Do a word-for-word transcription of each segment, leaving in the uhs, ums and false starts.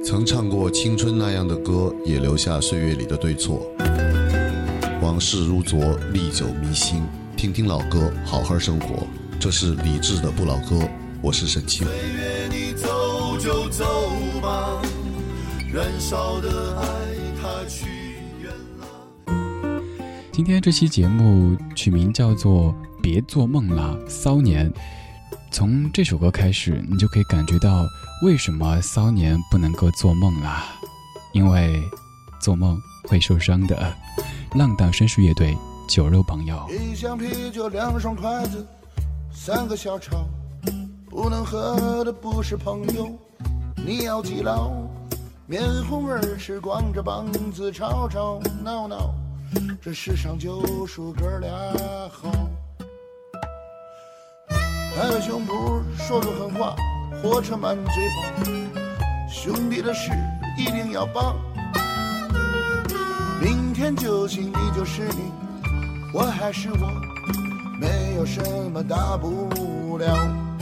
曾唱过青春那样的歌，也留下岁月里的对错。往事如昨，历久弥新。听听老歌，好好生活。这是理智的不老歌，我是沈清。 岁月你走就走吧，燃烧的爱它去远了。 今天这期节目取名叫做别做梦啦，骚年。从这首歌开始，你就可以感觉到为什么骚年不能够做梦啦，因为做梦会受伤的。浪荡绅士乐队，酒肉朋友。 一箱啤酒，两双筷子，三个小炒，不能喝的不是朋友，你要记牢。面红耳赤，光着膀子吵吵闹闹，这世上就属哥俩好。拍拍胸脯说说狠话，火车满嘴跑，兄弟的事一定要帮。明天就行，你就是你，我还是我，没有什么大不了。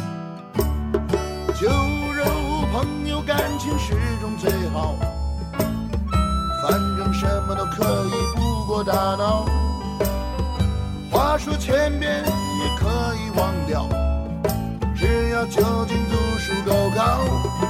酒肉朋友感情始终最好，反正什么都可以，不过大脑。话说千遍也可以忘掉，只要酒精度数够高。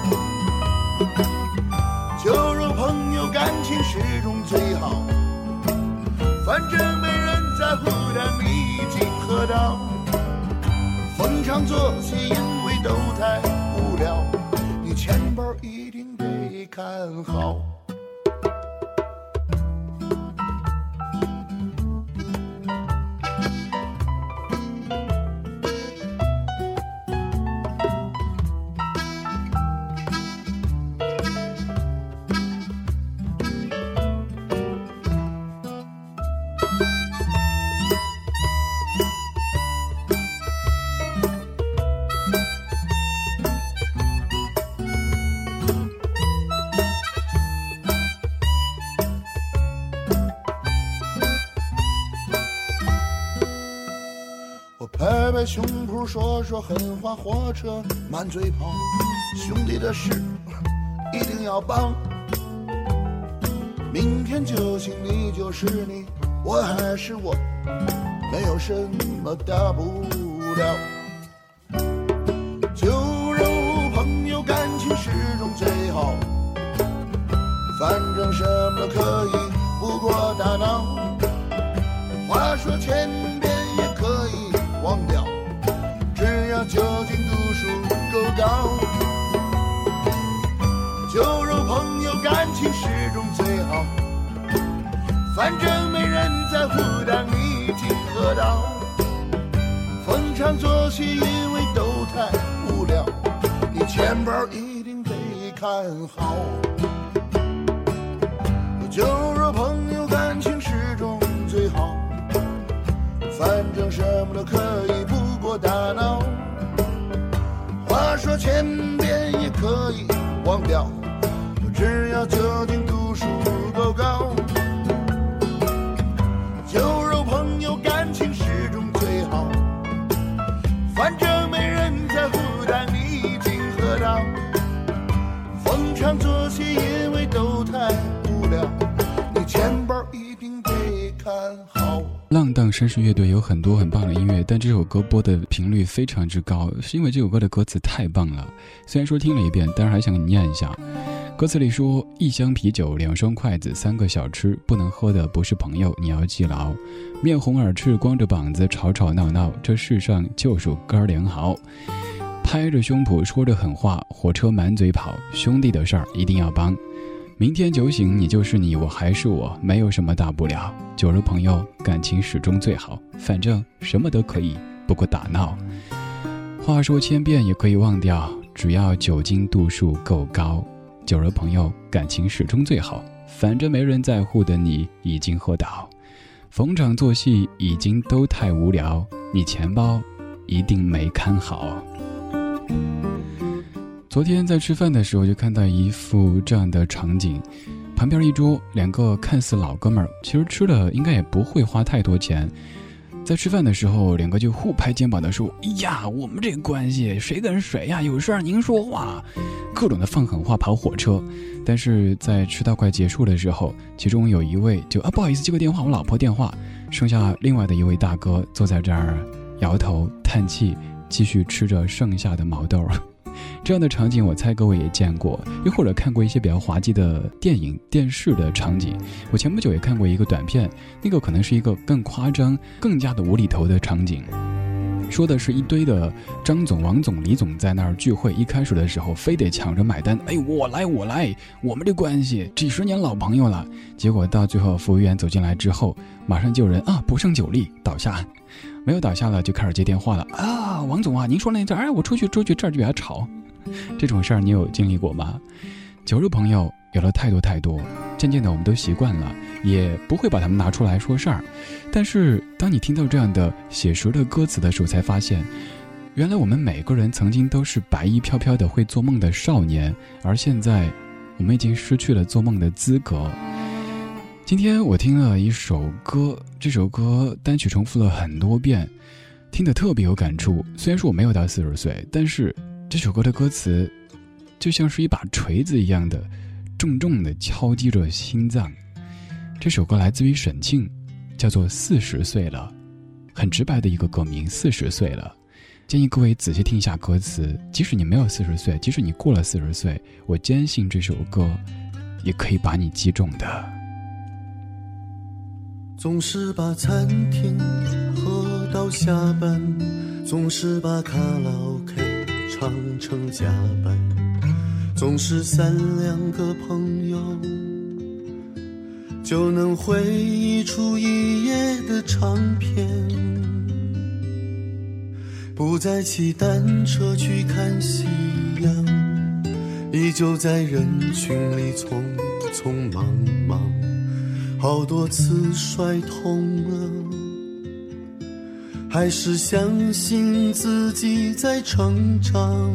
酒肉朋友感情始终最好，反正没人在乎，但你已经喝到。逢场作戏，因为都太无聊，你钱包一定得看好。拍拍胸脯说说狠话，火车满嘴跑，兄弟的事一定要帮。明天就行，你就是你，我还是我，没有什么大不了。酒肉朋友感情始终最好，反正什么都可以，不过大脑。话说千遍也可以忘掉，只要酒精度数够高。酒肉朋友感情始终最好，反正没人在乎，但你已经喝到。逢场作戏，因为都太无聊，你钱包一定得看好。酒肉朋友感情始终最好，反正什么都可以，不过大脑。话说千遍也可以忘掉，只要酒精度数够高。酒肉朋友感情始终最好，反正没人在乎，但你已经喝到。逢场作戏，因为都太无聊，你钱包一定得看好。 浪荡绅士乐队有很多很棒的音乐，但这首歌播的频率非常之高，是因为这首歌的歌词太棒了。虽然说听了一遍，但是还想给你念一下。歌词里说，一箱啤酒，两双筷子，三个小吃，不能喝的不是朋友，你要记牢。面红耳赤，光着膀子吵吵闹闹，这世上就属哥俩好。拍着胸脯说着狠话，火车满嘴跑，兄弟的事儿一定要帮。明天酒醒，你就是你，我还是我，没有什么大不了。酒肉朋友感情始终最好，反正什么都可以，不过打闹。话说千遍也可以忘掉，只要酒精度数够高。酒肉朋友感情始终最好，反正没人在乎的你已经喝倒。逢场作戏已经都太无聊，你钱包一定没看好。昨天在吃饭的时候就看到一幅这样的场景，旁边一桌两个看似老哥们儿，其实吃的应该也不会花太多钱， 在吃饭的时候，两个就互拍肩膀的说：“哎呀，我们这个关系谁跟谁呀？有事儿您说话。”各种的放狠话跑火车。但是在吃到快结束的时候，其中有一位就啊不好意思接个电话，我老婆电话。剩下另外的一位大哥坐在这儿摇头叹气，继续吃着剩下的毛豆。这样的场景我猜各位也见过，又或者看过一些比较滑稽的电影电视的场景。我前不久也看过一个短片，那个可能是一个更夸张更加的无厘头的场景，说的是一堆的张总王总李总在那儿聚会，一开始的时候非得抢着买单，哎我来我来，我们这关系几十年老朋友了。结果到最后服务员走进来之后，马上就有人啊不胜酒力倒下，没有倒下了就开始接电话了啊，王总啊您说那字，哎我出去出去这儿就比较吵。这种事儿你有经历过吗？酒肉朋友有了太多太多，渐渐的我们都习惯了，也不会把他们拿出来说事儿。但是当你听到这样的写实的歌词的时候，才发现原来我们每个人曾经都是白衣飘飘的会做梦的少年，而现在我们已经失去了做梦的资格。今天我听了一首歌，这首歌单曲重复了很多遍，听得特别有感触。虽然说我没有到四十岁，但是这首歌的歌词就像是一把锤子一样的重重地敲击着心脏。这首歌来自于沈庆，叫做《四十岁了》，很直白的一个歌名，四十岁了。建议各位仔细听一下歌词，即使你没有四十岁，即使你过了四十岁，我坚信这首歌也可以把你击中的。 总是把餐厅喝到下班，总是把卡拉 OK 唱成加班，总是三两个朋友就能回忆出一夜的长篇，不再骑单车去看夕阳，依旧在人群里匆匆忙忙，好多次摔痛了，还是相信自己在成长。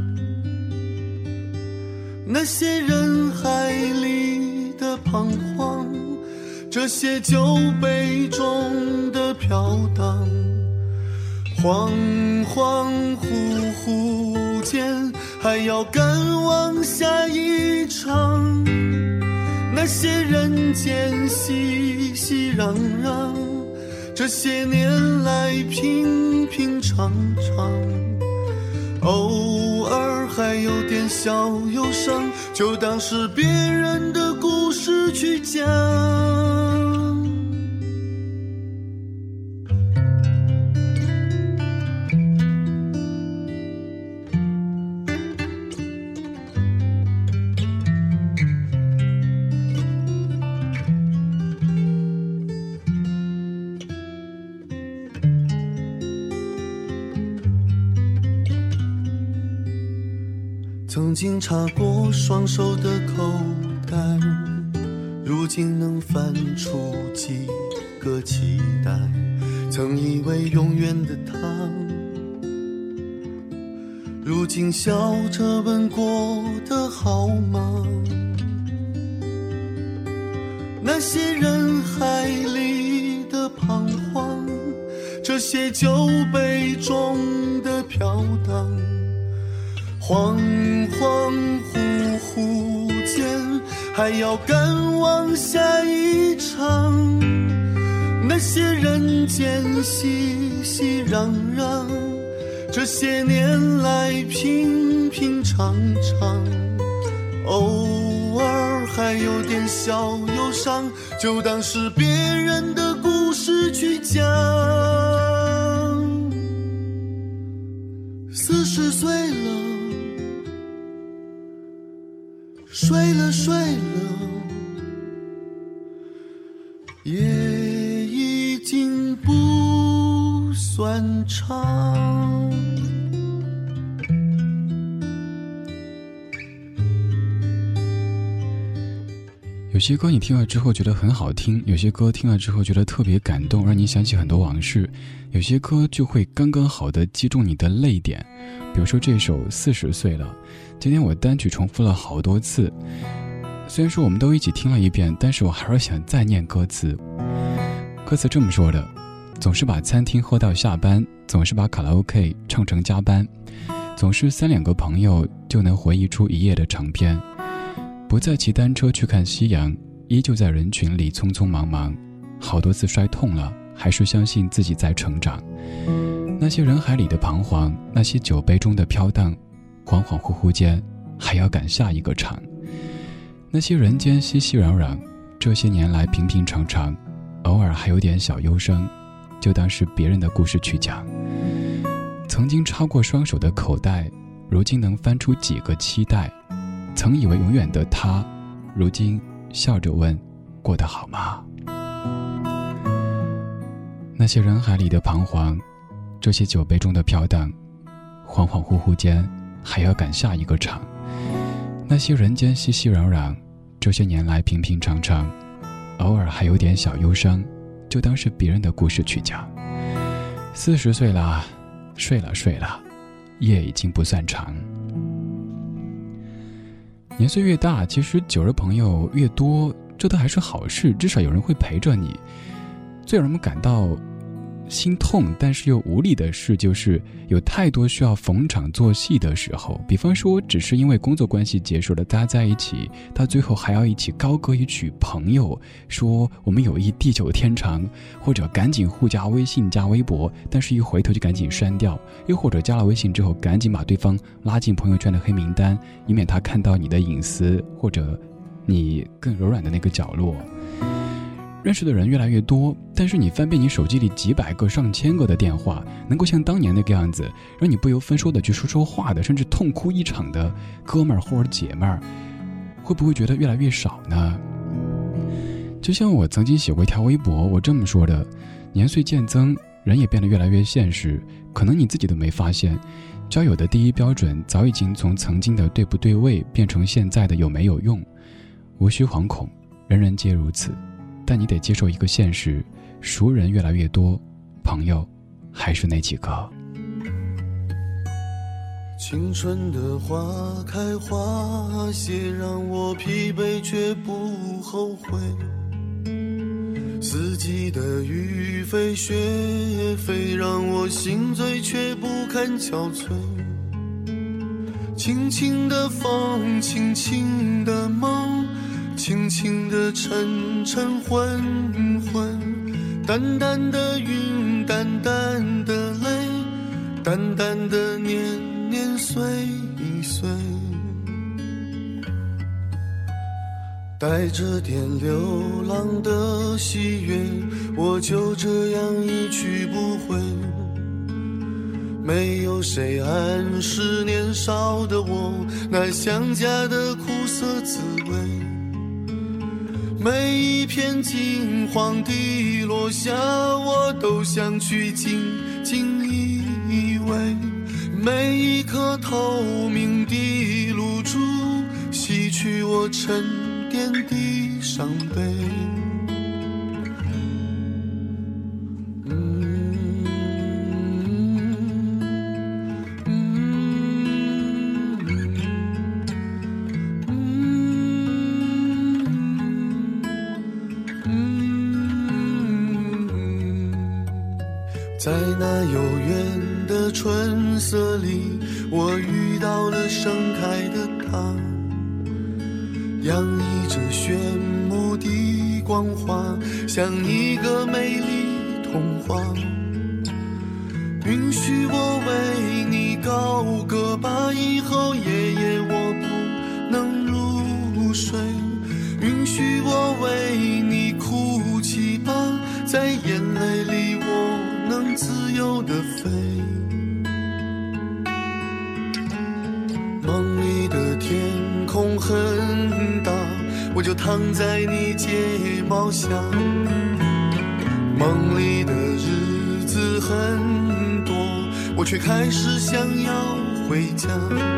那些人海里的彷徨，这些酒杯中的飘荡，恍恍惚惚间还要赶往下一场。那些人间熙熙攘攘，这些年来平平常常，偶尔还有点小忧伤，就当是别人的故事去讲。曾经插过双手的口袋，如今能翻出几个期待。曾以为永远的他，如今笑着问过得好吗？那些人海里的彷徨，这些酒杯中的飘荡，恍恍惚惚间还要赶往下一场。那些人间熙熙攘攘，这些年来平平常常，偶尔还有点小忧伤，就当是别人的故事去讲。四十岁了，睡了睡了，也已经不算长。 有些歌你听了之后觉得很好听，有些歌听了之后觉得特别感动，让你想起很多往事，有些歌就会刚刚好的击中你的泪点。比如说这首《四十岁了》，今天我单曲重复了好多次，虽然说我们都一起听了一遍，但是我还是想再念歌词。歌词这么说的： 总是把餐厅喝到下班，总是把卡拉 OK 唱成加班，总是三两个朋友就能回忆出一夜的长篇。不再骑单车去看夕阳，依旧在人群里匆匆忙忙，好多次摔痛了，还是相信自己在成长。那些人海里的彷徨，那些酒杯中的飘荡，恍恍惚惚间还要赶下一个场。那些人间熙熙攘攘，这些年来平平常常，偶尔还有点小忧伤，就当是别人的故事去讲。曾经插过双手的口袋，如今能翻出几个期待。曾以为永远的他，如今笑着问过得好吗？那些人海里的彷徨，这些酒杯中的飘荡，恍恍惚惚间还要赶下一个场。那些人间熙熙攘攘，这些年来平平常常，偶尔还有点小忧伤，就当是别人的故事去讲。四十岁了，睡了睡了，夜已经不算长。年岁越大，其实酒肉朋友越多，这都还是好事，至少有人会陪着你。最让人们感到心痛但是又无力的事，就是有太多需要逢场作戏的时候。比方说只是因为工作关系结束了，大家在一起，到最后还要一起高歌一曲朋友，说我们友谊地久天长，或者赶紧互加微信加微博，但是一回头就赶紧删掉，又或者加了微信之后赶紧把对方拉进朋友圈的黑名单，以免他看到你的隐私或者你更柔软的那个角落。认识的人越来越多，但是你翻遍你手机里几百个上千个的电话，能够像当年那个样子让你不由分说的去说说话的，甚至痛哭一场的哥们儿或者姐们儿，会不会觉得越来越少呢？就像我曾经写过一条微博，我这么说的：年岁渐增，人也变得越来越现实，可能你自己都没发现，交友的第一标准早已经从曾经的对不对味变成现在的有没有用。无需惶恐，人人皆如此，但你得接受一个现实，熟人越来越多，朋友还是那几个。 青春的花开花谢，让我疲惫却不后悔。四季的雨飞雪飞，让我心醉却不堪憔悴。轻轻的风，轻轻的梦，轻轻的沉沉昏昏，淡淡的云，淡淡的泪，淡淡的年年岁岁，带着点流浪的喜悦，我就这样一去不回。没有谁暗示年少的我那想家的苦涩滋味，每一片金黄地落下，我都想去紧紧依偎，每一颗透明的露珠洗去我沉淀的伤悲。在那悠远的春色里，我遇到了盛开的她，洋溢着炫目的光华，像一个美丽童话。允许我为你高歌吧，以后夜夜我不能入睡。允许我为你哭泣吧，在眼泪里我能自由地飞。梦里的天空很大，我就躺在你睫毛下。梦里的日子很多，我却开始想要回家。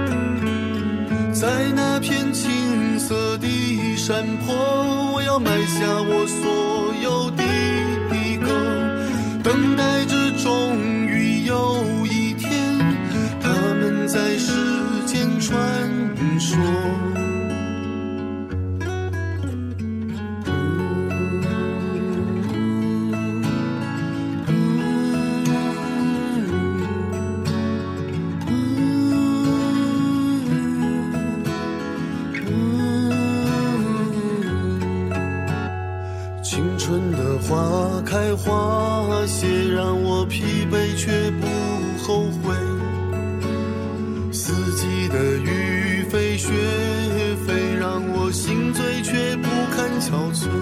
在那片青色的山坡，我要埋下我所有的一个，等待着终于有一天，他们在世间传说。嗯春的花开花谢，让我疲惫却不后悔。四季的雨飞雪飞，让我心醉却不堪憔悴。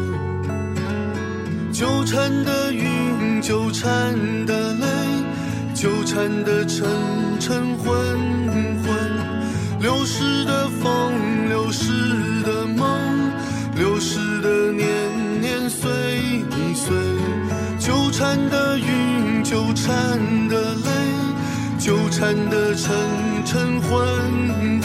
纠缠的云，纠缠的泪，纠缠的沉沉昏昏，流逝的风，流逝的梦，流逝的年年岁岁，纠缠的云，纠缠的泪，纠缠的沉沉昏